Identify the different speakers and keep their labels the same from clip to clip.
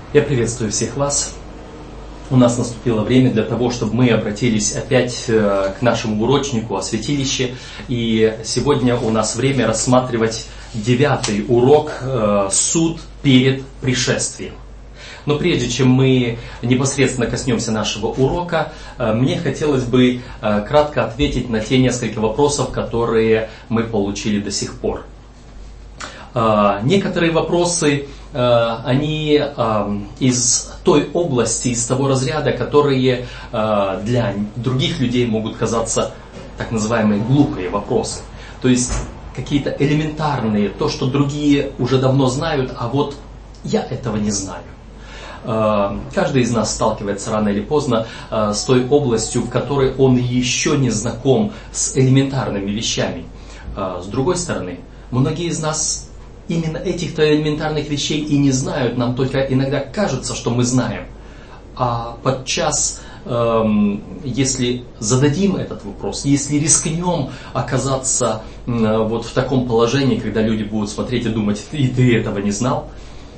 Speaker 1: Я приветствую всех вас. У нас наступило время для того, чтобы мы обратились опять к нашему урочнику о святилище. И сегодня у нас время рассматривать 9-й урок «Суд перед пришествием». Но прежде чем мы непосредственно коснемся нашего урока, мне хотелось бы кратко ответить на те несколько вопросов, которые мы получили до сих пор. Некоторые вопросы, они из той области, из того разряда, которые для других людей могут казаться так называемые глупые вопросы. То есть какие-то элементарные, то, что другие уже давно знают, а вот я этого не знаю. Каждый из нас сталкивается рано или поздно с той областью, в которой он еще не знаком с элементарными вещами. С другой стороны, многие из нас именно этих-то элементарных вещей и не знают, нам только иногда кажется, что мы знаем. А подчас, если зададим этот вопрос, если рискнем оказаться вот в таком положении, когда люди будут смотреть и думать, и ты этого не знал,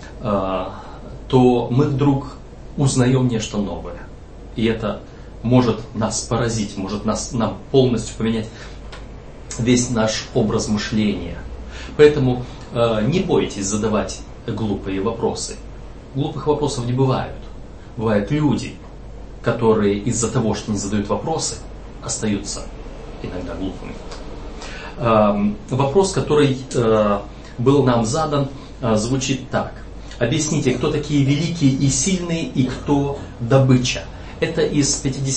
Speaker 1: то мы вдруг узнаем нечто новое. И это может нас поразить, может нам полностью поменять весь наш образ мышления. Поэтому не бойтесь задавать глупые вопросы. Глупых вопросов не бывает. Бывают люди, которые из-за того, что не задают вопросы, остаются иногда глупыми. Вопрос, который был нам задан, звучит так. Объясните, кто такие великие и сильные и кто добыча? Это из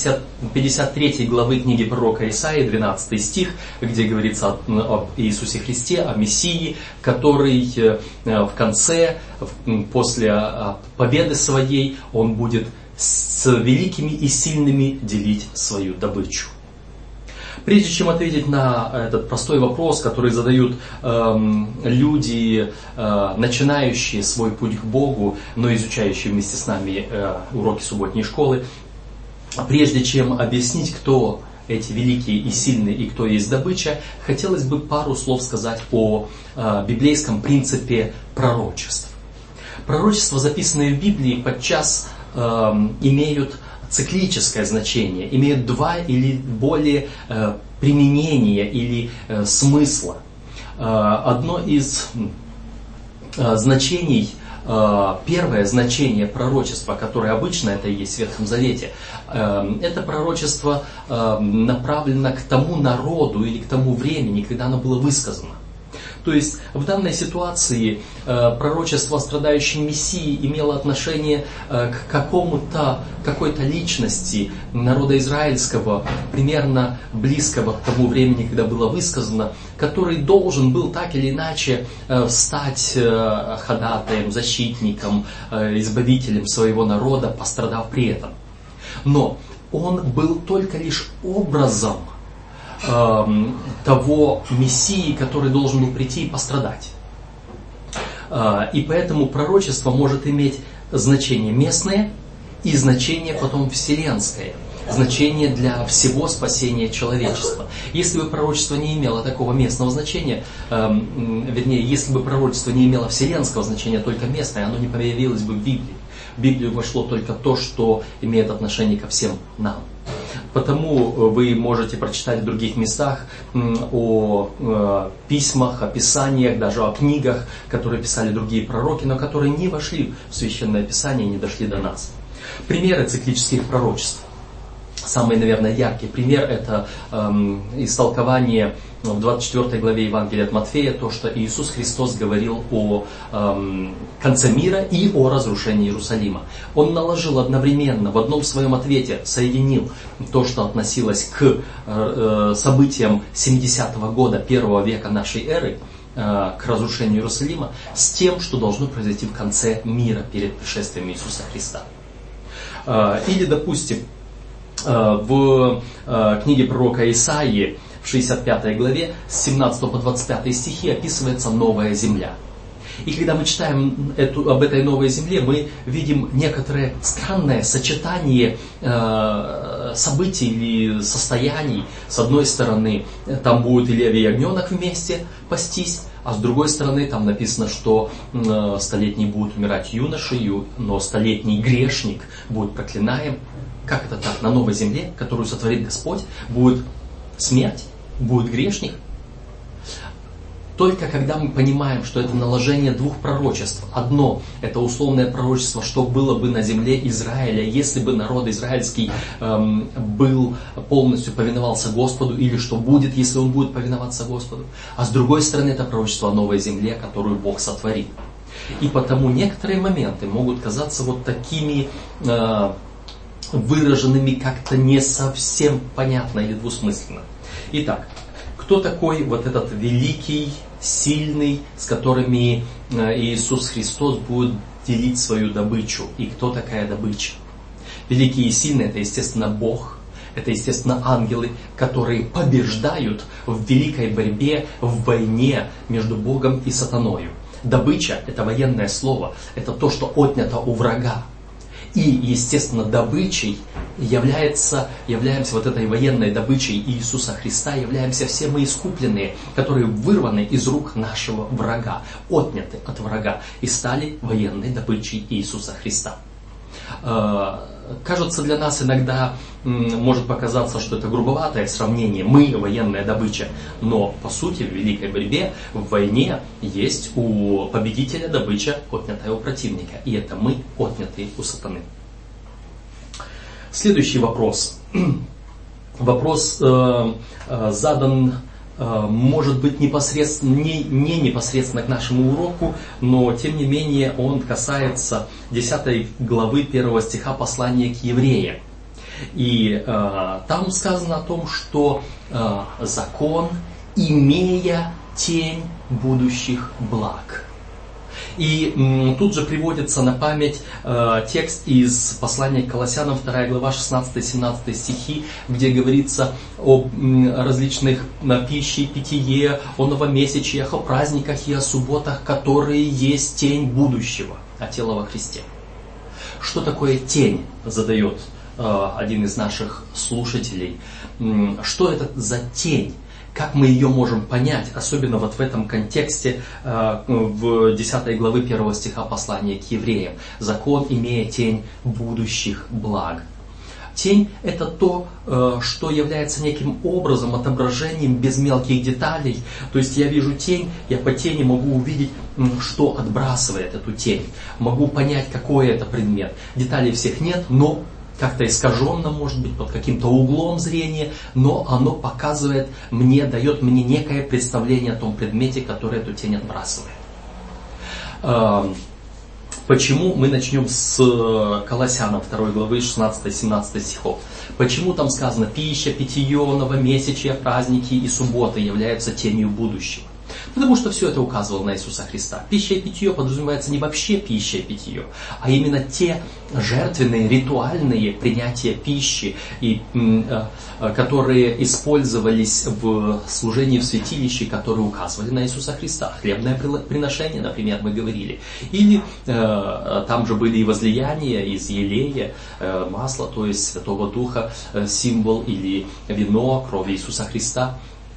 Speaker 1: 53 главы книги пророка Исаии, 12 стих, где говорится об Иисусе Христе, о Мессии, который в конце, после победы своей, он будет с великими и сильными делить свою добычу. Прежде чем ответить на этот простой вопрос, который задают люди, начинающие свой путь к Богу, но изучающие вместе с нами уроки субботней школы, прежде чем объяснить, кто эти великие и сильные и кто есть добыча, хотелось бы пару слов сказать о библейском принципе пророчеств. Пророчества, записанные в Библии, подчас имеют циклическое значение, имеют два или более применения или смысла. Одно из значений, первое значение пророчества, которое обычно это и есть в Ветхом Завете, это пророчество направлено к тому народу или к тому времени, когда оно было высказано. То есть в данной ситуации пророчество о страдающем Мессии имело отношение к какой-то личности народа израильского, примерно близкого к тому времени, когда было высказано, который должен был так или иначе стать ходатаем, защитником, избавителем своего народа, пострадав при этом. Но он был только лишь образом того Мессии, который должен был прийти и пострадать. И поэтому пророчество может иметь значение местное и значение потом вселенское, значение для всего спасения человечества. Если бы пророчество не имело такого местного значения, вернее, если бы пророчество не имело вселенского значения, только местное, оно не появилось бы в Библии. В Библию вошло только то, что имеет отношение ко всем нам. Потому вы можете прочитать в других местах о письмах, о писаниях, даже о книгах, которые писали другие пророки, но которые не вошли в Священное Писание и не дошли до нас. Примеры циклических пророчеств. Самый, наверное, яркий пример – это истолкование в 24 главе Евангелия от Матфея, то, что Иисус Христос говорил о конце мира и о разрушении Иерусалима. Он наложил одновременно, в одном своем ответе соединил то, что относилось к событиям 70-го года, 1 века нашей эры, к разрушению Иерусалима, с тем, что должно произойти в конце мира перед пришествием Иисуса Христа. Или, допустим, в книге пророка Исаии в 65 главе с 17 по 25 стихи описывается новая земля. И когда мы читаем об этой новой земле, мы видим некоторое странное сочетание событий или состояний. С одной стороны, там будет и лев, и ягненок вместе пастись, А с другой стороны, там написано, что столетний будет умирать юношей, но столетний грешник будет проклинаем. Как это так? На новой земле, которую сотворит Господь, будет смерть, будет грешник? Только когда мы понимаем, что это наложение двух пророчеств. Одно – это условное пророчество, что было бы на земле Израиля, если бы народ израильский полностью повиновался Господу, или что будет, если он будет повиноваться Господу. А с другой стороны, это пророчество о новой земле, которую Бог сотворит. И потому некоторые моменты могут казаться вот такими выраженными как-то не совсем понятно или двусмысленно. Итак, кто такой вот этот великий, сильный, с которыми Иисус Христос будет делить свою добычу? И кто такая добыча? Великий и сильный – это, естественно, Бог, это, естественно, ангелы, которые побеждают в великой борьбе, в войне между Богом и сатаною. Добыча – это военное слово, это то, что отнято у врага. И, естественно, добычей являемся вот этой военной добычей Иисуса Христа, являемся все мы искупленные, которые вырваны из рук нашего врага, отняты от врага и стали военной добычей Иисуса Христа. Кажется, для нас иногда может показаться, что это грубоватое сравнение. Мы военная добыча. Но, по сути, в великой борьбе, в войне есть у победителя добыча, отнятая у противника. И это мы, отнятые у сатаны. Следующий вопрос. Вопрос задан, может быть, не непосредственно к нашему уроку, но тем не менее он касается 10 главы 1 стиха послания к евреям. И там сказано о том, что закон, имея тень будущих благ. И тут же приводится на память текст из послания к Колоссянам, 2 глава, 16-17 стихи, где говорится о различных пище и питье, о новомесячьях, о праздниках и о субботах, которые есть тень будущего, а тело во Христе. Что такое тень, задает один из наших слушателей. Что это за тень? Как мы ее можем понять, особенно вот в этом контексте в 10 главы 1 стиха послания к евреям. Закон, имея тень будущих благ. Тень – это то, что является неким образом, отображением без мелких деталей. То есть я вижу тень, я по тени могу увидеть, что отбрасывает эту тень. Могу понять, какой это предмет. Деталей всех нет, но как-то искаженно, может быть, под каким-то углом зрения, но оно показывает мне, дает мне некое представление о том предмете, который эту тень отбрасывает. Почему мы начнем с Колоссянам 2 главы 16-17 стихов? Почему там сказано пища, питье, новомесячья, праздники и субботы являются тенью будущего? Потому что все это указывало на Иисуса Христа. Пища и питье подразумевается не вообще пища и питье, а именно те жертвенные, ритуальные принятия пищи, которые использовались в служении в святилище, которые указывали на Иисуса Христа. Хлебное приношение, например, мы говорили. Или там же были и возлияния из елея, масла, то есть Святого Духа, символ, или вино, кровь Иисуса Христа.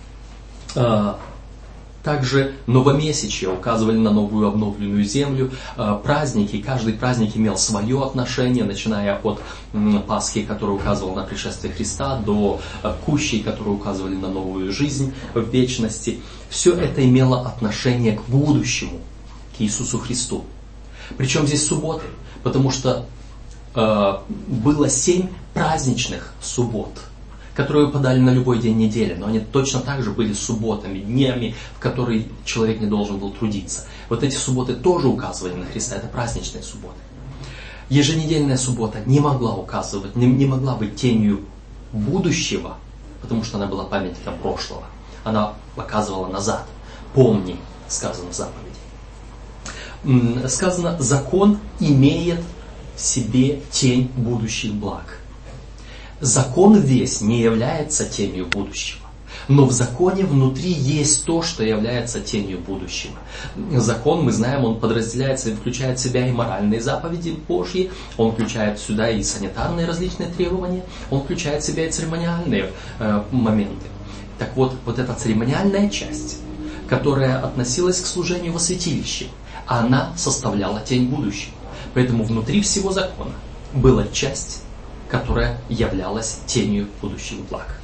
Speaker 1: Также новомесячья указывали на новую обновленную землю. Праздники, каждый праздник имел свое отношение, начиная от Пасхи, которая указывала на пришествие Христа, до кущей, которые указывали на новую жизнь в вечности. Все это имело отношение к будущему, к Иисусу Христу. Причем здесь субботы, потому что было 7 праздничных суббот, которые выпадали на любой день недели, но они точно так же были субботами, днями, в которые человек не должен был трудиться. Вот эти субботы тоже указывали на Христа, это праздничные субботы. Еженедельная суббота не могла указывать, не могла быть тенью будущего, потому что она была памятником прошлого. Она показывала назад. Помни, сказано в заповеди. Сказано, закон имеет в себе тень будущих благ. Закон весь не является тенью будущего. Но в законе внутри есть то, что является тенью будущего. Закон, мы знаем, он подразделяется и включает в себя и моральные заповеди Божьи, он включает сюда и санитарные различные требования, он включает в себя и церемониальные моменты. Так вот, вот эта церемониальная часть, которая относилась к служению во святилище. Она составляла тень будущего. Поэтому внутри всего закона была часть, которая являлась тенью будущих благ.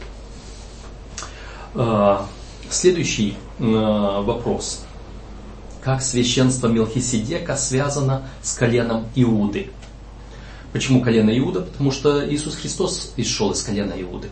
Speaker 1: Следующий вопрос. Как священство Мелхиседека связано с коленом Иуды? Почему колено Иуда? Потому что Иисус Христос исшел из колена Иуды.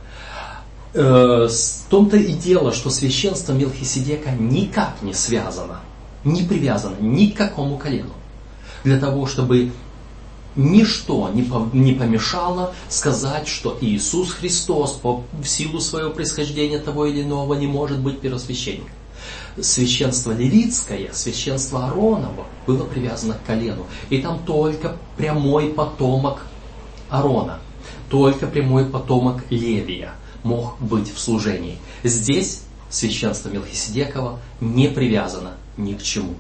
Speaker 1: В том-то и дело, что священство Мелхиседека никак не связано, не привязано ни к какому колену. Для того, чтобы ничто не помешало сказать, что Иисус Христос в силу своего происхождения того или иного не может быть первосвященником. Священство левитское, священство Аароново было привязано к колену. И там только прямой потомок Аарона, только прямой потомок Левия мог быть в служении. Здесь священство Мелхиседекова не привязано ни к чему.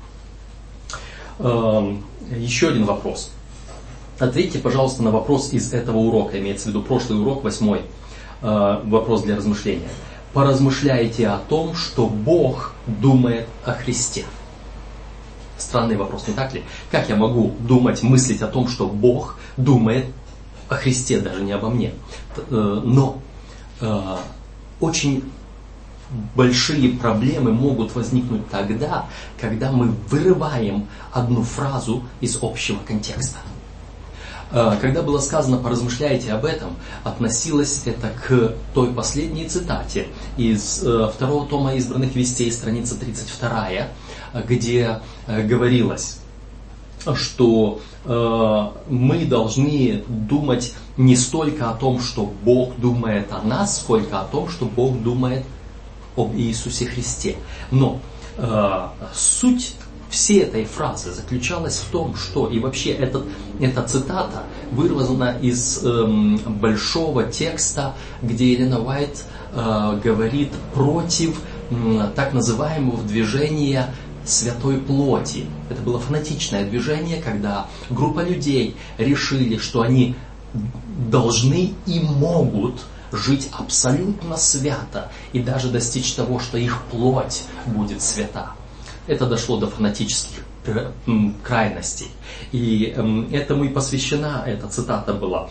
Speaker 1: Еще один вопрос. Ответьте, пожалуйста, на вопрос из этого урока. Имеется в виду прошлый урок, 8-й. Вопрос для размышления. Поразмышляйте о том, что Бог думает о Христе. Странный вопрос, не так ли? Как я могу думать, мыслить о том, что Бог думает о Христе, даже не обо мне? Но очень большие проблемы могут возникнуть тогда, когда мы вырываем одну фразу из общего контекста. Когда было сказано «поразмышляйте об этом», относилось это к той последней цитате из второго тома «Избранных вестей», страница 32, где говорилось, что мы должны думать не столько о том, что Бог думает о нас, сколько о том, что Бог думает об Иисусе Христе. Но суть всей этой фразы заключалась в том, что, и вообще эта цитата вырвана из большого текста, где Елена Уайт говорит против так называемого движения святой плоти. Это было фанатичное движение, когда группа людей решили, что они должны и могут жить абсолютно свято и даже достичь того, что их плоть будет свята. Это дошло до фанатических крайностей. И этому и посвящена эта цитата была.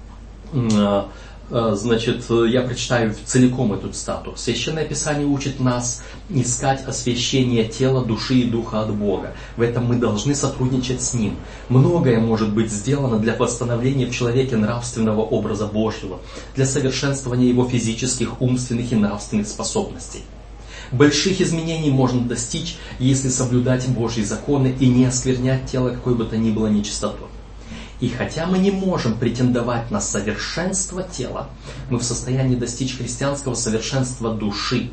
Speaker 1: Значит, я прочитаю целиком эту цитату. Священное Писание учит нас искать освящение тела, души и духа от Бога. В этом мы должны сотрудничать с Ним. Многое может быть сделано для восстановления в человеке нравственного образа Божьего, для совершенствования его физических, умственных и нравственных способностей. Больших изменений можно достичь, если соблюдать Божьи законы и не осквернять тело какой бы то ни было нечистотой. И хотя мы не можем претендовать на совершенство тела, мы в состоянии достичь христианского совершенства души.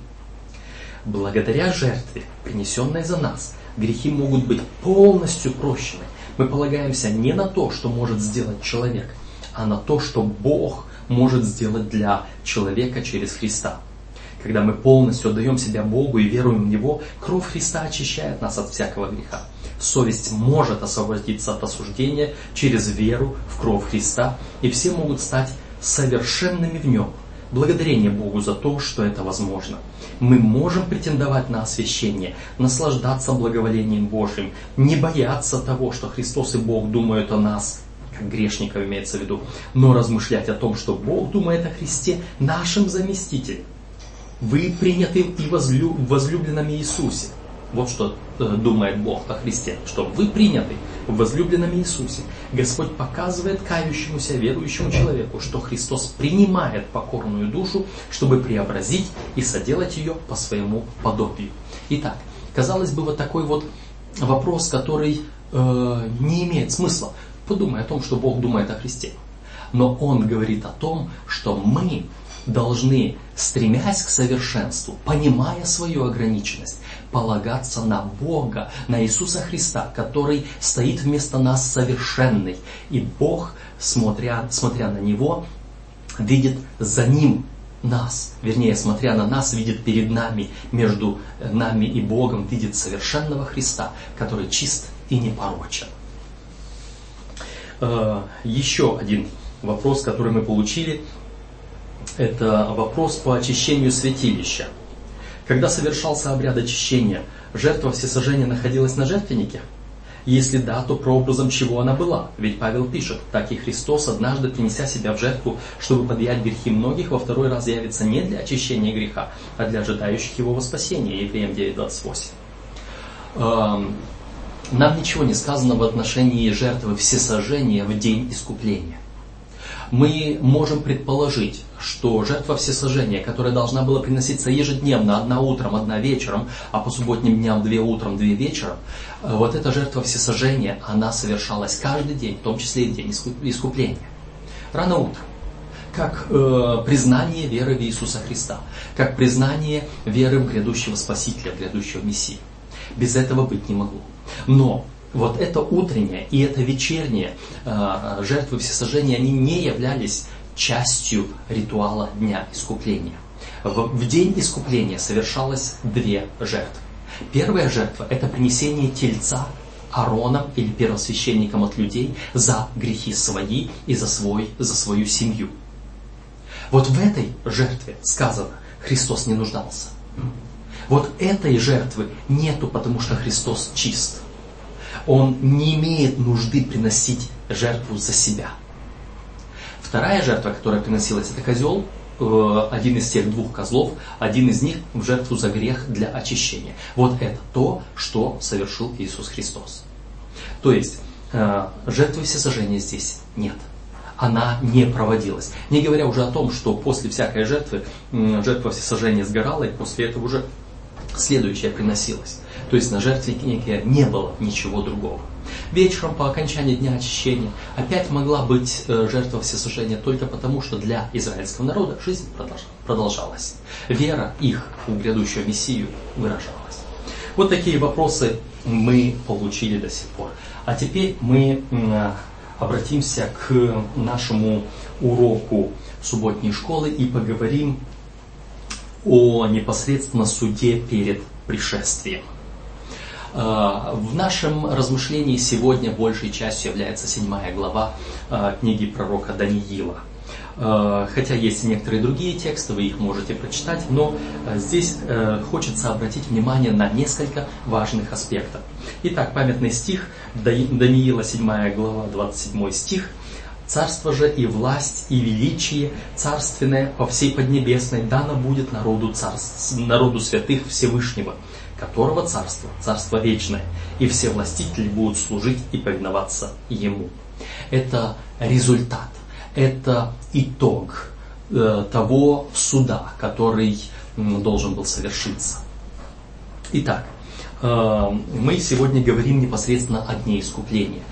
Speaker 1: Благодаря жертве, принесенной за нас, грехи могут быть полностью прощены. Мы полагаемся не на то, что может сделать человек, а на то, что Бог может сделать для человека через Христа. Когда мы полностью отдаем себя Богу и веруем в Него, кровь Христа очищает нас от всякого греха. Совесть может освободиться от осуждения через веру в кровь Христа, и все могут стать совершенными в Нем. Благодарение Богу за то, что это возможно. Мы можем претендовать на освящение, наслаждаться благоволением Божьим, не бояться того, что Христос и Бог думают о нас, как грешников имеется в виду, но размышлять о том, что Бог думает о Христе, нашим заместителем. Вы приняты и в возлюбленном Иисусе. Вот что думает Бог о Христе, что вы приняты в возлюбленном Иисусе. Господь показывает кающемуся, верующему человеку, что Христос принимает покорную душу, чтобы преобразить и соделать ее по своему подобию. Итак, казалось бы, вот такой вот вопрос, который не имеет смысла. Подумай о том, что Бог думает о Христе. Но Он говорит о том, что мы должны, стремясь к совершенству, понимая свою ограниченность, полагаться на Бога, на Иисуса Христа, который стоит вместо нас совершенный. И Бог, смотря на Него, видит за Ним нас. Вернее, смотря на нас, видит перед нами, между нами и Богом, видит совершенного Христа, который чист и непорочен. Еще один вопрос, который мы получили, это вопрос по очищению святилища. Когда совершался обряд очищения, жертва всесожжения находилась на жертвеннике? Если да, то прообразом чего она была? Ведь Павел пишет: так и Христос, однажды принеся себя в жертву, чтобы подъять грехи многих, во второй раз явится не для очищения греха, а для ожидающих его во спасение. Евреям 9:28. Нам ничего не сказано в отношении жертвы всесожжения в день искупления. Мы можем предположить, что жертва всесожжения, которая должна была приноситься ежедневно, одна утром, одна вечером, а по субботним дням 2 утром, 2 вечером, вот эта жертва всесожжения, она совершалась каждый день, в том числе и в день искупления. Рано утром, как признание веры в Иисуса Христа, как признание веры в грядущего Спасителя, в грядущего Мессию. Без этого быть не могло. Но вот это утреннее и это вечернее жертвы всесожжения, они не являлись частью ритуала Дня Искупления. В день Искупления совершалось 2 жертвы. Первая жертва – это принесение тельца Аароном или первосвященником от людей за грехи свои и за свою семью. Вот в этой жертве сказано, Христос не нуждался. Вот этой жертвы нету, потому что Христос чист. Он не имеет нужды приносить жертву за себя. Вторая жертва, которая приносилась, это козел, один из тех 2 козлов, один из них в жертву за грех для очищения. Вот это то, что совершил Иисус Христос. То есть, жертвы всесожжения здесь нет. Она не проводилась. Не говоря уже о том, что после всякой жертвы, жертва всесожжения сгорала, и после этого уже следующая приносилась. То есть на жертвеннике не было ничего другого. Вечером, по окончании дня очищения, опять могла быть жертва всесожжения только потому, что для израильского народа жизнь продолжалась. Вера их в грядущего Мессию выражалась. Вот такие вопросы мы получили до сих пор. А теперь мы обратимся к нашему уроку субботней школы и поговорим о непосредственно суде перед пришествием. В нашем размышлении сегодня большей частью является 7 глава книги пророка Даниила. Хотя есть и некоторые другие тексты, вы их можете прочитать, но здесь хочется обратить внимание на несколько важных аспектов. Итак, памятный стих Даниила, 7 глава, 27 стих. «Царство же и власть, и величие царственное по всей Поднебесной дано будет народу святых Всевышнего, которого царство, царство вечное, и все властители будут служить и повиноваться Ему». Это результат, это итог того суда, который должен был совершиться. Итак, мы сегодня говорим непосредственно о Дне Искупления.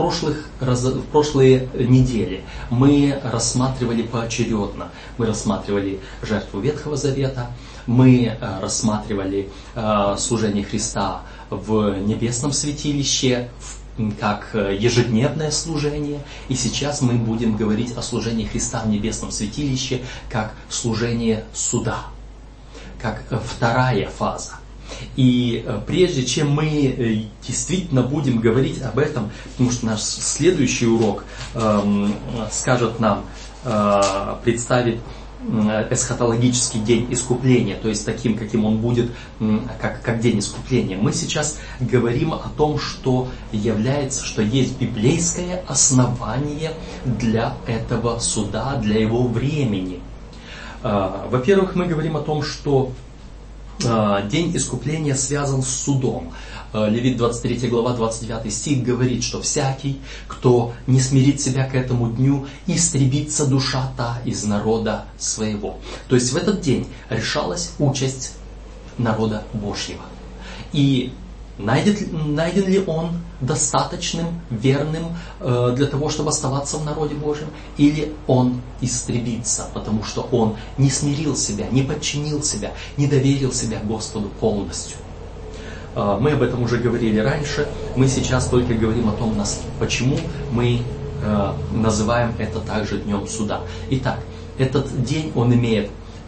Speaker 1: В прошлые недели мы рассматривали поочередно. Мы рассматривали жертву Ветхого Завета, мы рассматривали служение Христа в небесном святилище, как ежедневное служение. И сейчас мы будем говорить о служении Христа в небесном святилище, как служение суда, как вторая фаза. И прежде чем мы действительно будем говорить об этом, потому что наш следующий урок скажет нам, представит эсхатологический день искупления, то есть таким, каким он будет, как день искупления. Мы сейчас говорим о том, что есть библейское основание для этого суда, для его времени. Во-первых, мы говорим о том, что день искупления связан с судом. Левит 23 глава 29 стих говорит, что всякий, кто не смирит себя к этому дню, истребится душа та из народа своего. То есть в этот день решалась участь народа Божьего. И найден ли он достаточным, верным для того, чтобы оставаться в народе Божьем, или он истребится, потому что он не смирил себя, не подчинил себя, не доверил себя Господу полностью. Мы об этом уже говорили раньше, мы сейчас только говорим о том, почему мы называем это также Днем Суда. Итак, этот день, он имеет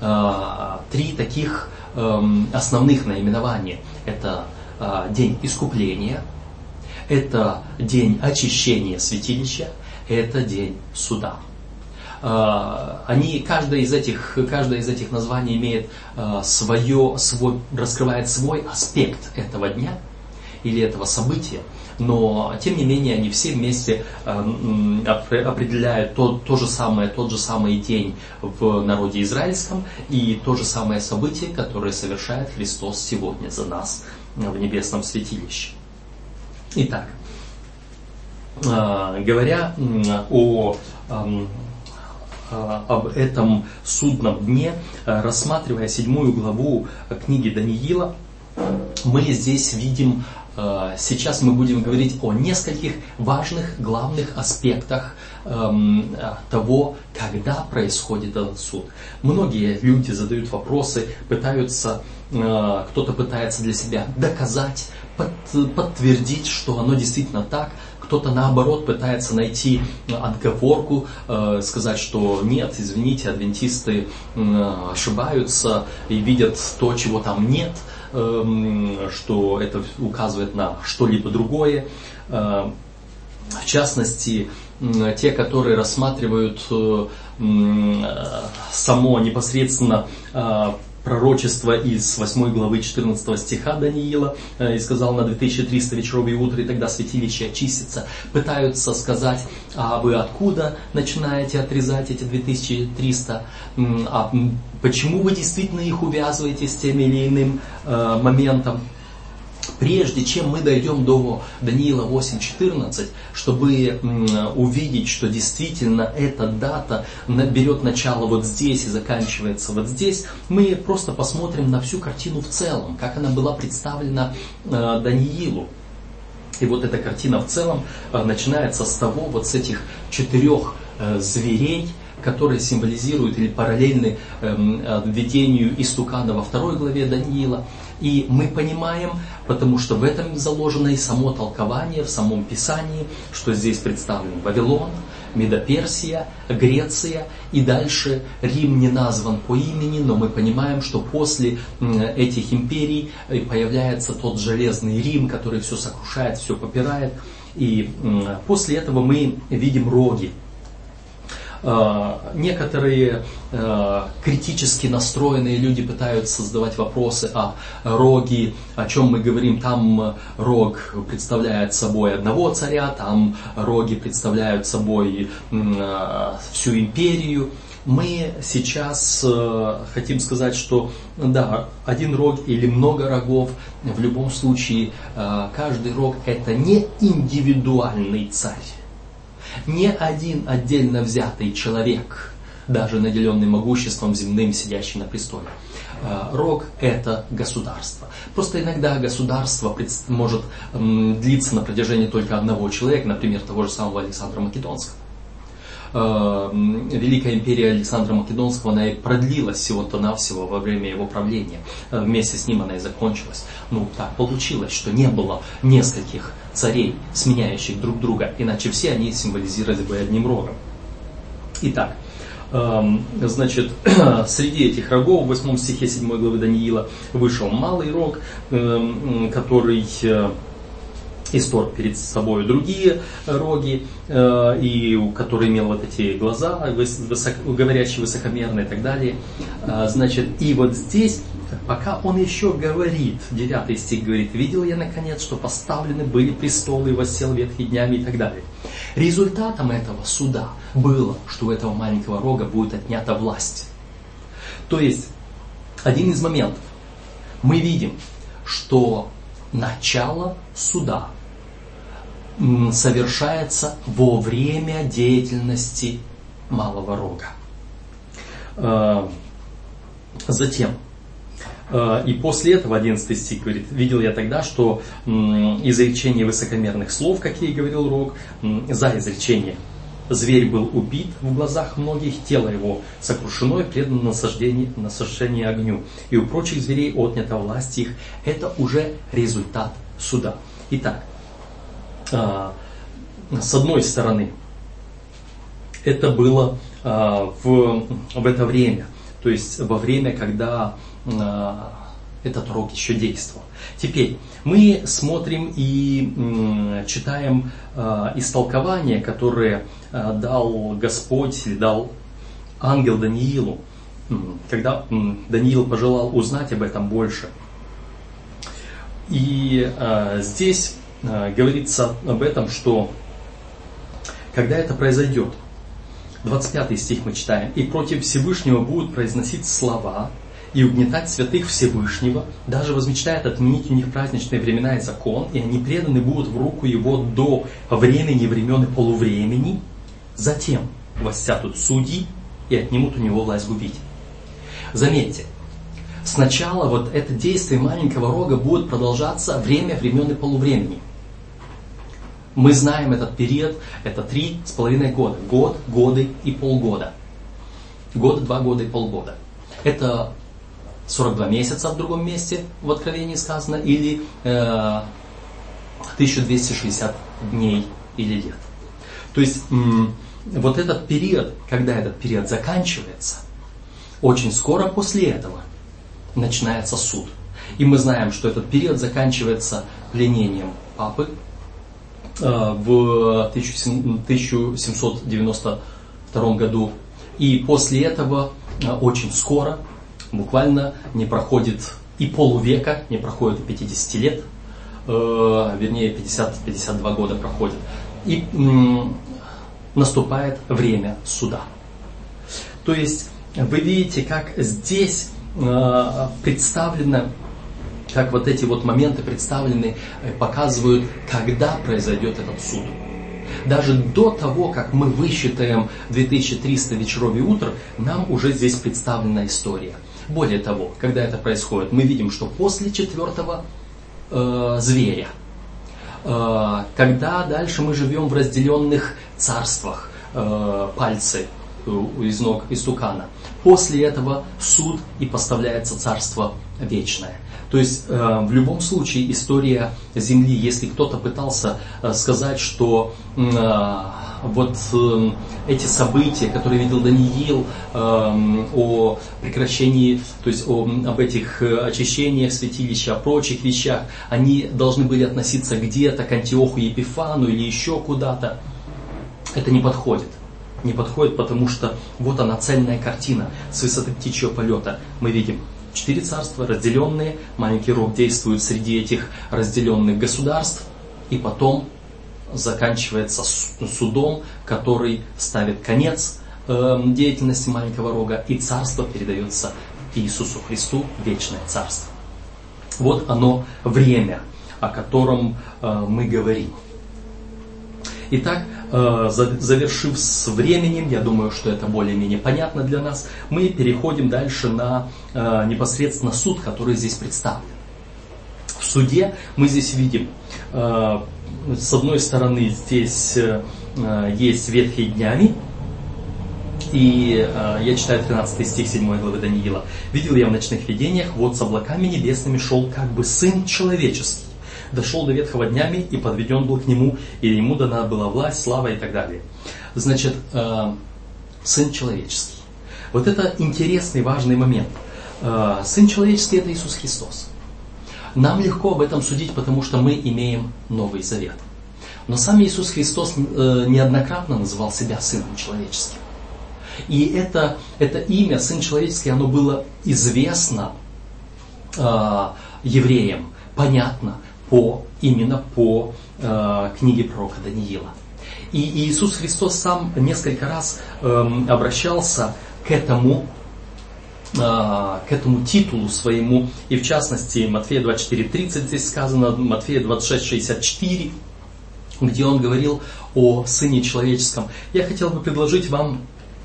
Speaker 1: 3 таких основных наименования. Это день искупления, это день очищения святилища, это день суда. каждое из этих названий имеет раскрывает свой аспект этого дня или этого события, но тем не менее они все вместе определяют тот же самый день в народе израильском и то же самое событие, которое совершает Христос сегодня за нас в небесном святилище. Итак, говоря об этом судном дне, рассматривая 7 главу книги Даниила, мы здесь видим, сейчас мы будем говорить о нескольких важных, главных аспектах того, когда происходит этот суд. Многие люди задают вопросы, кто-то пытается для себя доказать, подтвердить, что оно действительно так. Кто-то, наоборот, пытается найти отговорку, сказать, что нет, извините, адвентисты ошибаются и видят то, чего там нет, что это указывает на что-либо другое. В частности, те, которые рассматривают само непосредственно пророчество из 8 главы 14 стиха Даниила, и сказал на 2300 вечеров и утра, и тогда святилище очистится, пытаются сказать, а вы откуда начинаете отрезать эти 2300, а почему вы действительно их увязываете с тем или иным моментом. Прежде чем мы дойдем до Даниила 8.14, чтобы увидеть, что действительно эта дата берет начало вот здесь и заканчивается вот здесь, мы просто посмотрим на всю картину в целом, как она была представлена Даниилу. И вот эта картина в целом начинается с того, вот с этих 4 зверей, которые символизируют или параллельны видению истукана во 2 главе Даниила. И мы понимаем, потому что в этом заложено и само толкование в самом Писании, что здесь представлен Вавилон, Медоперсия, Греция, и дальше Рим не назван по имени, но мы понимаем, что после этих империй появляется тот железный Рим, который все сокрушает, все попирает. И после этого мы видим роги. Некоторые критически настроенные люди пытаются задавать вопросы о роге, о чем мы говорим. Там рог представляет собой одного царя, там роги представляют собой всю империю. Мы сейчас хотим сказать, что да, один рог или много рогов, в любом случае каждый рог это не индивидуальный царь. Не один отдельно взятый человек, даже наделенный могуществом земным, сидящий на престоле. Рог – это государство. Просто иногда государство может длиться на протяжении только одного человека, например, того же самого Александра Македонского. Великая империя Александра Македонского, она и продлилась всего-то навсего во время его правления. Вместе с ним она и закончилась. Ну, так получилось, что не было нескольких царей, сменяющих друг друга, иначе все они символизировали бы одним рогом. Итак, значит, среди этих рогов в 8 стихе 7 главы Даниила вышел малый рог, который исторг перед собой другие роги, и который имел вот эти глаза, говорящие высокомерные и так далее. Значит, и вот здесь, пока он еще говорит, 9 стих говорит, видел я наконец, что поставлены были престолы, и воссел ветхий днями и так далее. Результатом этого суда было, что у этого маленького рога будет отнята власть. То есть, один из моментов, мы видим, что начало суда совершается во время деятельности малого рога. Затем, и после этого 11 стих говорит, видел я тогда, что изречение высокомерных слов, как я и говорил рог, за изречение. Зверь был убит в глазах многих, тело его сокрушено и предано на сожжение огню. И у прочих зверей отнята власть их. Это уже результат суда. Итак, с одной стороны, это было в это время, то есть во время, когда этот рог еще действовал. Теперь мы смотрим и читаем истолкования, которые дал Господь или дал ангел Даниилу, когда Даниил пожелал узнать об этом больше. И здесь говорится об этом, что когда это произойдет, 25 стих мы читаем, «И против Всевышнего будут произносить слова и угнетать святых Всевышнего, даже возмечтают отменить у них праздничные времена и закон, и они преданы будут в руку его до времени, времен и полувремени, затем воссядут судьи и отнимут у него власть губить». Заметьте, сначала вот это действие маленького рога будет продолжаться время, времен и полувремени. Мы знаем этот период, это 3,5 года. Год, годы и полгода. Год, 2 года и полгода. Это 42 месяца в другом месте в Откровении сказано, или 1260 дней или лет. То есть вот этот период, когда этот период заканчивается, очень скоро после этого начинается суд. И мы знаем, что этот период заканчивается пленением папы в 1792 году. И после этого очень скоро, буквально не проходит и полувека, не проходит и 50 лет, вернее 50-52 года проходит, и наступает время суда. То есть вы видите, как здесь представлено, как вот эти вот моменты представлены, показывают, когда произойдет этот суд. Даже до того, как мы высчитаем 2300 вечеров и утр, нам уже здесь представлена история. Более того, когда это происходит, мы видим, что после 4-го зверя, когда дальше мы живем в разделенных царствах, пальцы из ног истукана, после этого суд и поставляется царство вечное. То есть в любом случае история Земли, если кто-то пытался сказать, что вот эти события, которые видел Даниил, о прекращении, то есть об этих очищениях святилища, о прочих вещах, они должны были относиться где-то к Антиоху Епифану или еще куда-то, это не подходит. Не подходит, потому что вот она, цельная картина с высоты птичьего полета. Мы видим 4 царства, разделенные, маленький рог действует среди этих разделенных государств, и потом заканчивается судом, который ставит конец деятельности маленького рога, и царство передается Иисусу Христу, вечное царство. Вот оно время, о котором мы говорим. Итак, завершив с временем, я думаю, что это более-менее понятно для нас, мы переходим дальше на непосредственно суд, который здесь представлен. В суде мы здесь видим, с одной стороны, здесь есть ветхие днями, и я читаю 13 стих 7 главы Даниила. «Видел я в ночных видениях, вот с облаками небесными шел как бы Сын Человеческий. Дошел до ветхого днями и подведен был к нему, и ему дана была власть, слава и так далее». Значит, Сын Человеческий. Вот это интересный, важный момент. Сын Человеческий – это Иисус Христос. Нам легко об этом судить, потому что мы имеем Новый Завет. Но сам Иисус Христос неоднократно называл себя Сыном Человеческим. И это имя, Сын Человеческий, оно было известно евреям, понятно, именно по книге пророка Даниила. И Иисус Христос сам несколько раз обращался к этому титулу своему, и в частности Матфея 24:30 здесь сказано, Матфея 26:64, где он говорил о Сыне Человеческом. Я хотел бы предложить вам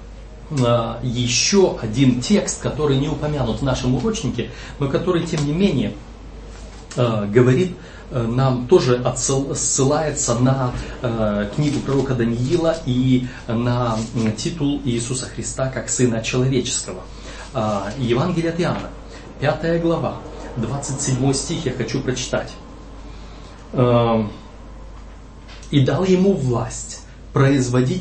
Speaker 1: еще один текст, который не упомянут в нашем урочнике, но который, тем не менее, говорит, нам тоже ссылается на книгу пророка Даниила и на титул Иисуса Христа как Сына Человеческого. Евангелие от Иоанна, 5 глава, 27 стих я хочу прочитать. «И дал ему власть производить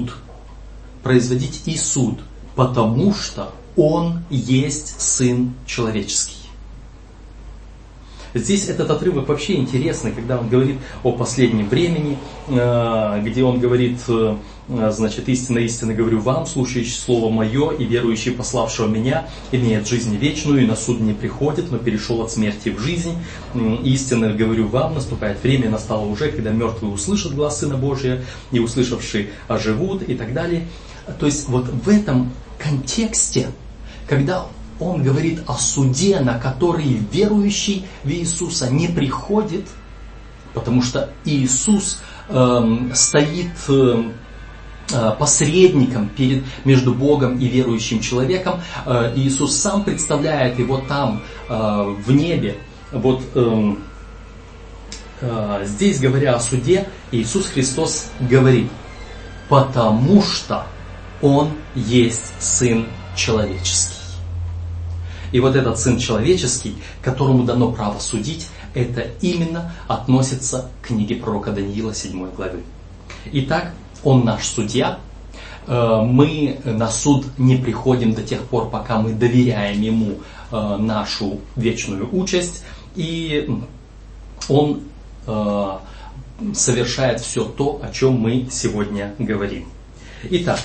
Speaker 1: и суд, потому что он есть Сын Человеческий». Здесь этот отрывок вообще интересный, когда он говорит о последнем времени, где он говорит, значит, истинно, истинно говорю вам, слушающий слово мое и верующий пославшего меня, имеет жизнь вечную и на суд не приходит, но перешел от смерти в жизнь. Истинно говорю вам, наступает время, настало уже, когда мертвые услышат глас Сына Божия, и услышавшие оживут, и так далее. То есть вот в этом контексте, когда он говорит о суде, на который верующий в Иисуса не приходит, потому что Иисус стоит посредником между Богом и верующим человеком. Иисус сам представляет его там, в небе. Вот здесь, говоря о суде, Иисус Христос говорит: «Потому что Он есть Сын Человеческий». И вот этот Сын Человеческий, которому дано право судить, это именно относится к книге пророка Даниила 7 главы. Итак, Он наш судья. Мы на суд не приходим до тех пор, пока мы доверяем Ему нашу вечную участь. И Он совершает все то, о чем мы сегодня говорим. Итак,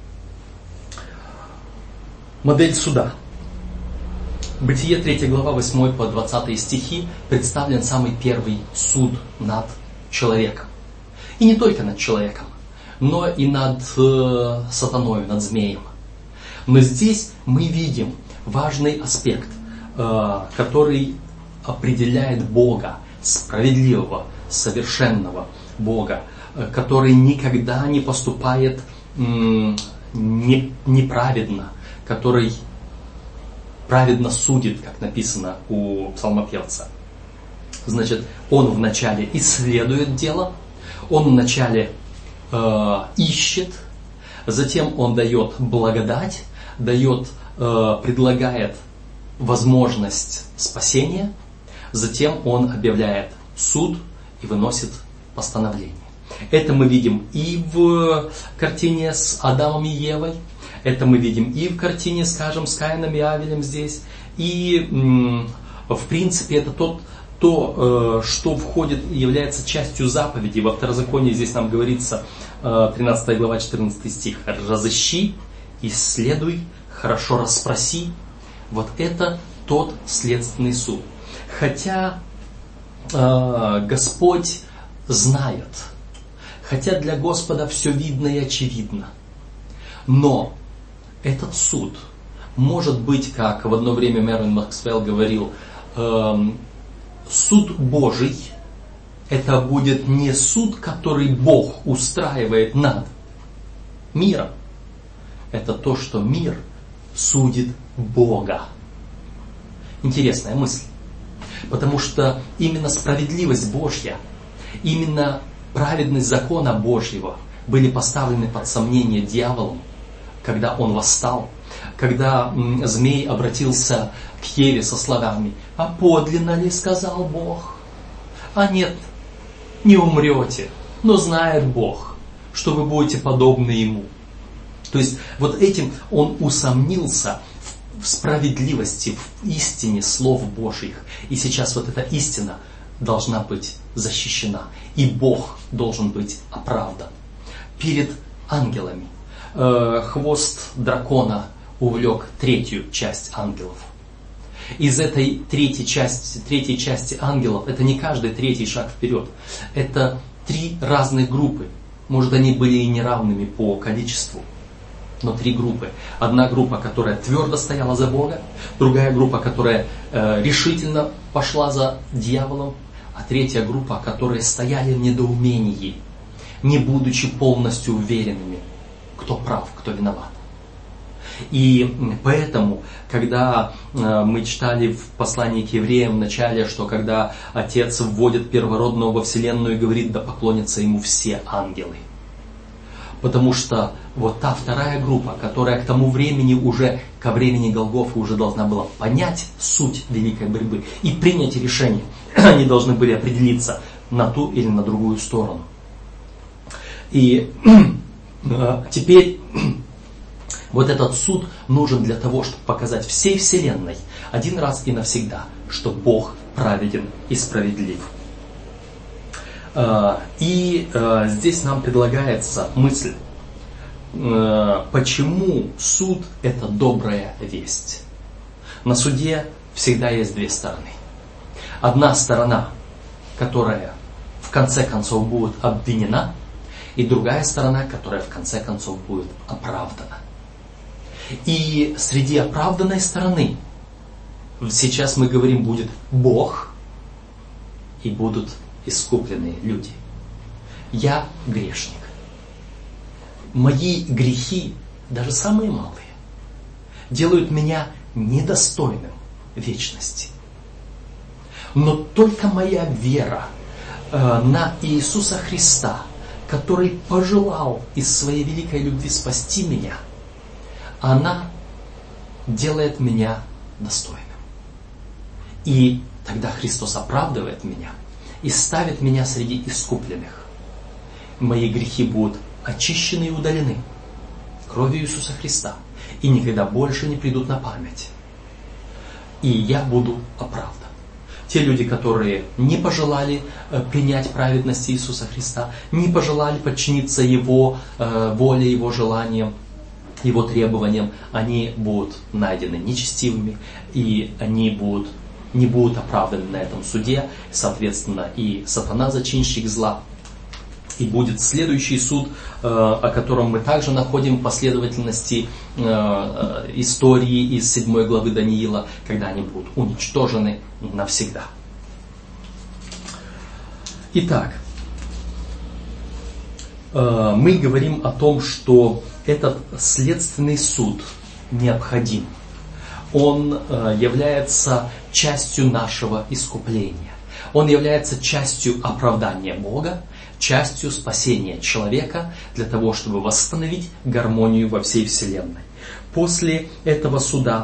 Speaker 1: модель суда. Бытие 3 глава 8 по 20 стихи представлен самый первый суд над человеком. И не только над человеком, но и над сатаной, над змеем. Но здесь мы видим важный аспект, который определяет Бога, справедливого, совершенного Бога, который никогда не поступает неправедно, который праведно судит, как написано у псалмопевца. Значит, он вначале исследует дело, он вначале ищет, затем он дает благодать, предлагает возможность спасения, затем он объявляет суд и выносит постановление. Это мы видим и в картине с Адамом и Евой, это мы видим и в картине, скажем, с Каином и Авелем здесь. И в принципе это то, что входит и является частью заповеди. Во Второзаконии здесь нам говорится, 13 глава, 14 стих: «Разыщи, исследуй, хорошо расспроси». Вот это тот следственный суд. Хотя Господь знает, хотя для Господа все видно и очевидно, но этот суд может быть, как в одно время Мервин Максвелл говорил, суд Божий. Это будет не суд, который Бог устраивает над миром. Это то, что мир судит Бога. Интересная мысль. Потому что именно справедливость Божья, именно праведность закона Божьего были поставлены под сомнение дьяволом, когда он восстал, когда змей обратился к Еве со словами: «А подлинно ли сказал Бог? А нет, не умрете, но знает Бог, что вы будете подобны Ему». То есть вот этим он усомнился в справедливости, в истине слов Божьих. И сейчас вот эта истина должна быть защищена. И Бог должен быть оправдан перед ангелами. Хвост дракона увлек третью часть ангелов. Из этой третьей части ангелов, это не каждый третий шаг вперед, это 3 разных группы. Может, они были и неравными по количеству, но 3 группы. Одна группа, которая твердо стояла за Бога, другая группа, которая решительно пошла за дьяволом, а третья группа, которые стояли в недоумении, не будучи полностью уверенными, кто прав, кто виноват. И поэтому, когда мы читали в послании к евреям в начале, что когда Отец вводит первородного во вселенную и говорит: да поклонятся ему все ангелы. Потому что вот та вторая группа, которая к тому времени уже, ко времени Голгофы уже должна была понять суть великой борьбы и принять решение, они должны были определиться на ту или на другую сторону. И теперь вот этот суд нужен для того, чтобы показать всей вселенной один раз и навсегда, что Бог праведен и справедлив. И здесь нам предлагается мысль, почему суд – это добрая весть. На суде всегда есть две стороны. Одна сторона, которая в конце концов будет обвинена, и другая сторона, которая в конце концов будет оправдана. И среди оправданной стороны, сейчас мы говорим, будет Бог, и будут искупленные люди. Я грешник. Мои грехи, даже самые малые, делают меня недостойным вечности. Но только моя вера на Иисуса Христа, который пожелал из своей великой любви спасти меня, она делает меня достойным. И тогда Христос оправдывает меня и ставит меня среди искупленных. Мои грехи будут очищены и удалены кровью Иисуса Христа и никогда больше не придут на память. И я буду оправдан. Те люди, которые не пожелали принять праведность Иисуса Христа, не пожелали подчиниться Его воле, Его желаниям, Его требованиям, они будут найдены нечестивыми, и они не будут оправданы на этом суде. Соответственно, и сатана, зачинщик зла, и будет следующий суд, о котором мы также находим последовательности истории из 7 главы Даниила, когда они будут уничтожены навсегда. Итак, мы говорим о том, что этот следственный суд необходим. Он является частью нашего искупления. Он является частью оправдания Бога, частью спасения человека для того, чтобы восстановить гармонию во всей Вселенной. После этого суда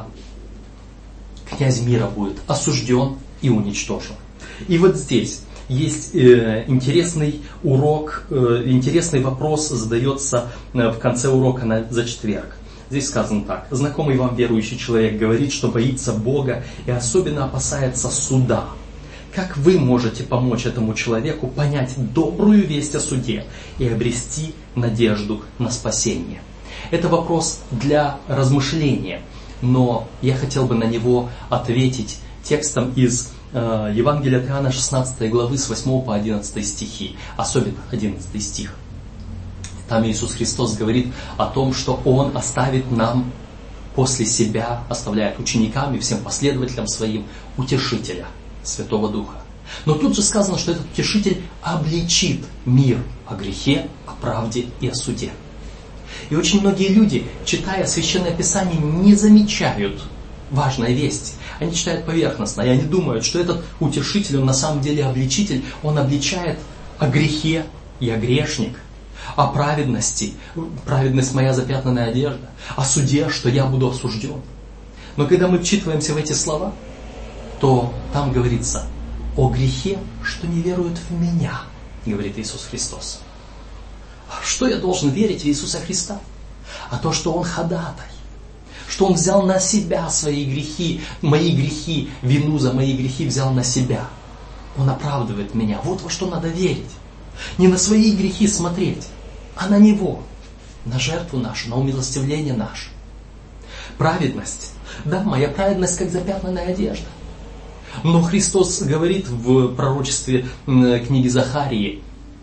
Speaker 1: князь мира будет осужден и уничтожен. И вот здесь есть интересный урок, интересный вопрос задается в конце урока за четверг. Здесь сказано так. Знакомый вам верующий человек говорит, что боится Бога и особенно опасается суда. Как вы можете помочь этому человеку понять добрую весть о суде и обрести надежду на спасение? Это вопрос для размышления, но я хотел бы на него ответить текстом из Евангелия от Иоанна 16 главы с 8 по 11 стихи, особенно 11 стих. Там Иисус Христос говорит о том, что Он оставит нам после себя, оставляет ученикам и всем последователям своим утешителя, Святого Духа. Но тут же сказано, что этот утешитель обличит мир о грехе, о правде и о суде. И очень многие люди, читая Священное Писание, не замечают важной вести. Они читают поверхностно, и они думают, что этот утешитель, он на самом деле обличитель, он обличает о грехе, я грешник, о праведности, праведность моя запятнанная одежда, о суде, что я буду осужден. Но когда мы вчитываемся в эти слова, то там говорится о грехе, что не веруют в меня, говорит Иисус Христос. А что я должен верить в Иисуса Христа? А то, что Он ходатай, что Он взял на себя свои грехи, мои грехи, вину за мои грехи взял на себя. Он оправдывает меня. Вот во что надо верить. Не на свои грехи смотреть, а на Него, на жертву нашу, на умилостивление наше. Праведность. Да, моя праведность как запятнанная одежда. Но Христос говорит в пророчестве книги Захарии,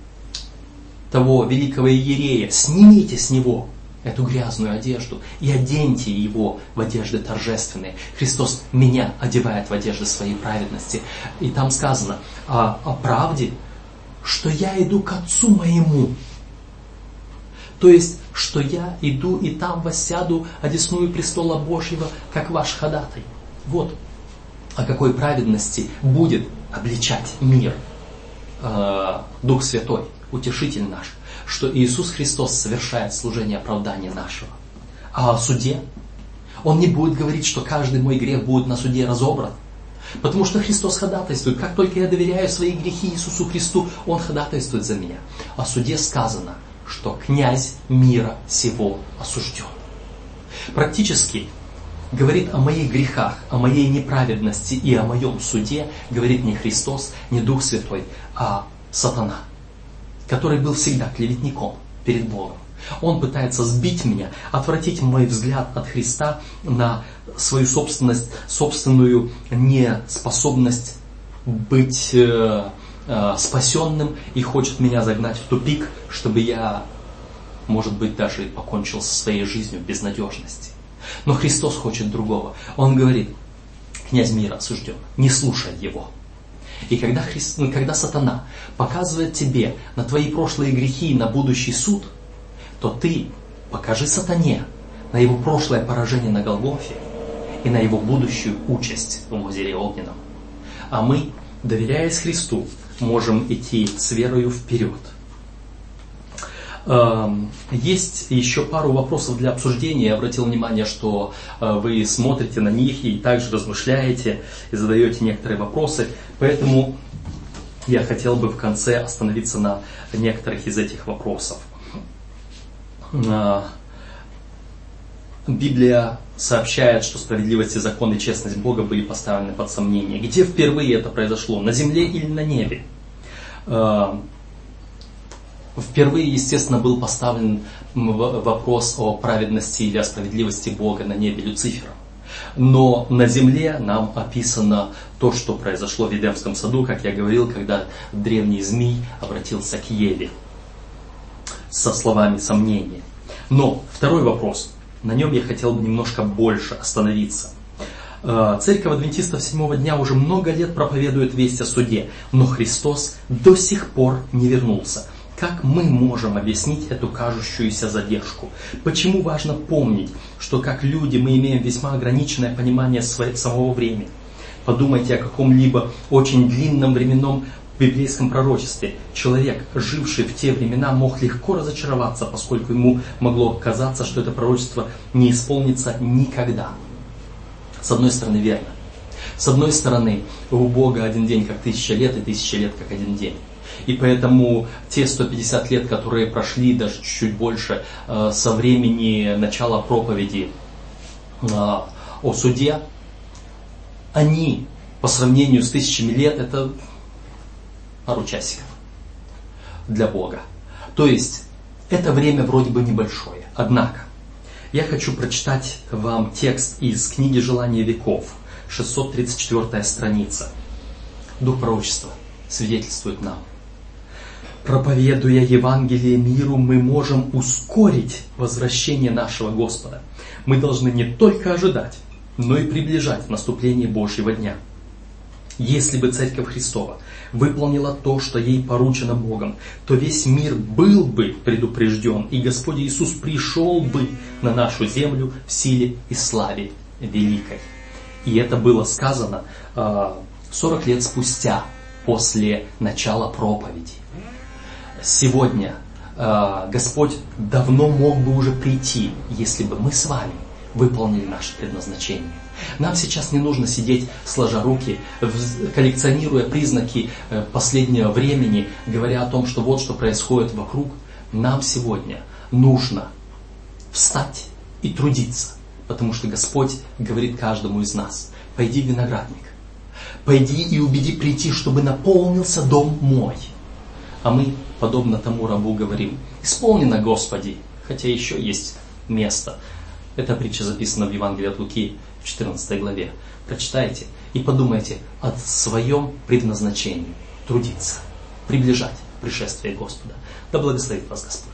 Speaker 1: того великого иерея, снимите с него эту грязную одежду и оденьте его в одежды торжественные. Христос меня одевает в одежды своей праведности. И там сказано о правде, что я иду к Отцу моему. То есть, что я иду и там воссяду одесную престола Божьего, как ваш ходатай. Вот о какой праведности будет обличать мир Дух Святой, Утешитель наш, что Иисус Христос совершает служение оправдания нашего. А о суде Он не будет говорить, что каждый мой грех будет на суде разобран. Потому что Христос ходатайствует. Как только я доверяю свои грехи Иисусу Христу, Он ходатайствует за меня. О суде сказано, что князь мира сего осужден. Практически говорит о моих грехах, о моей неправедности и о моем суде, говорит не Христос, не Дух Святой, а сатана, который был всегда клеветником перед Богом. Он пытается сбить меня, отвратить мой взгляд от Христа на свою собственную неспособность быть спасенным, и хочет меня загнать в тупик, чтобы я, может быть, даже покончил со своей жизнью в безнадежности. Но Христос хочет другого. Он говорит: князь мира осужден, не слушай его. И когда сатана показывает тебе на твои прошлые грехи и на будущий суд, то ты покажи сатане на его прошлое поражение на Голгофе и на его будущую участь в озере Огненном. А мы, доверяясь Христу, можем идти с верою вперед. Есть еще пару вопросов для обсуждения. Я обратил внимание, что вы смотрите на них и также размышляете и задаете некоторые вопросы. Поэтому я хотел бы в конце остановиться на некоторых из этих вопросов. Библия сообщает, что справедливость и закон и честность Бога были поставлены под сомнение. Где впервые это произошло? На земле или на небе? Впервые, естественно, был поставлен вопрос о праведности или о справедливости Бога на небе Люцифером. Но на земле нам описано то, что произошло в Эдемском саду, как я говорил, когда древний змей обратился к Еве со словами сомнения. Но второй вопрос, на нем я хотел бы немножко больше остановиться. Церковь адвентистов седьмого дня уже много лет проповедует весть о суде, но Христос до сих пор не вернулся. Как мы можем объяснить эту кажущуюся задержку? Почему важно помнить, что как люди мы имеем весьма ограниченное понимание самого времени? Подумайте о каком-либо очень длинном временном библейском пророчестве. Человек, живший в те времена, мог легко разочароваться, поскольку ему могло казаться, что это пророчество не исполнится никогда. С одной стороны, верно. С одной стороны, у Бога один день как 1000 лет, и 1000 лет как один день. И поэтому те 150 лет, которые прошли, даже чуть-чуть больше, со времени начала проповеди о суде, они по сравнению с 1000 лет, это пару часиков для Бога. То есть, это время вроде бы небольшое. Однако, я хочу прочитать вам текст из книги «Желание веков», 634 страница. Дух пророчества свидетельствует нам. Проповедуя Евангелие миру, мы можем ускорить возвращение нашего Господа. Мы должны не только ожидать, но и приближать наступление Божьего дня. Если бы Церковь Христова выполнила то, что ей поручено Богом, то весь мир был бы предупрежден, и Господь Иисус пришел бы на нашу землю в силе и славе великой. И это было сказано 40 лет спустя, после начала проповеди. Сегодня Господь давно мог бы уже прийти, если бы мы с вами выполнили наше предназначение. Нам сейчас не нужно сидеть сложа руки, коллекционируя признаки последнего времени, говоря о том, что вот что происходит вокруг. Нам сегодня нужно встать и трудиться, потому что Господь говорит каждому из нас: пойди в виноградник, пойди и убеди прийти, чтобы наполнился дом мой. А мы, подобно тому рабу, говорим: исполнено, Господи, хотя еще есть место. Эта притча записана в Евангелии от Луки в 14 главе. Прочитайте и подумайте о своем предназначении: трудиться, приближать пришествие Господа. Да благословит вас Господь.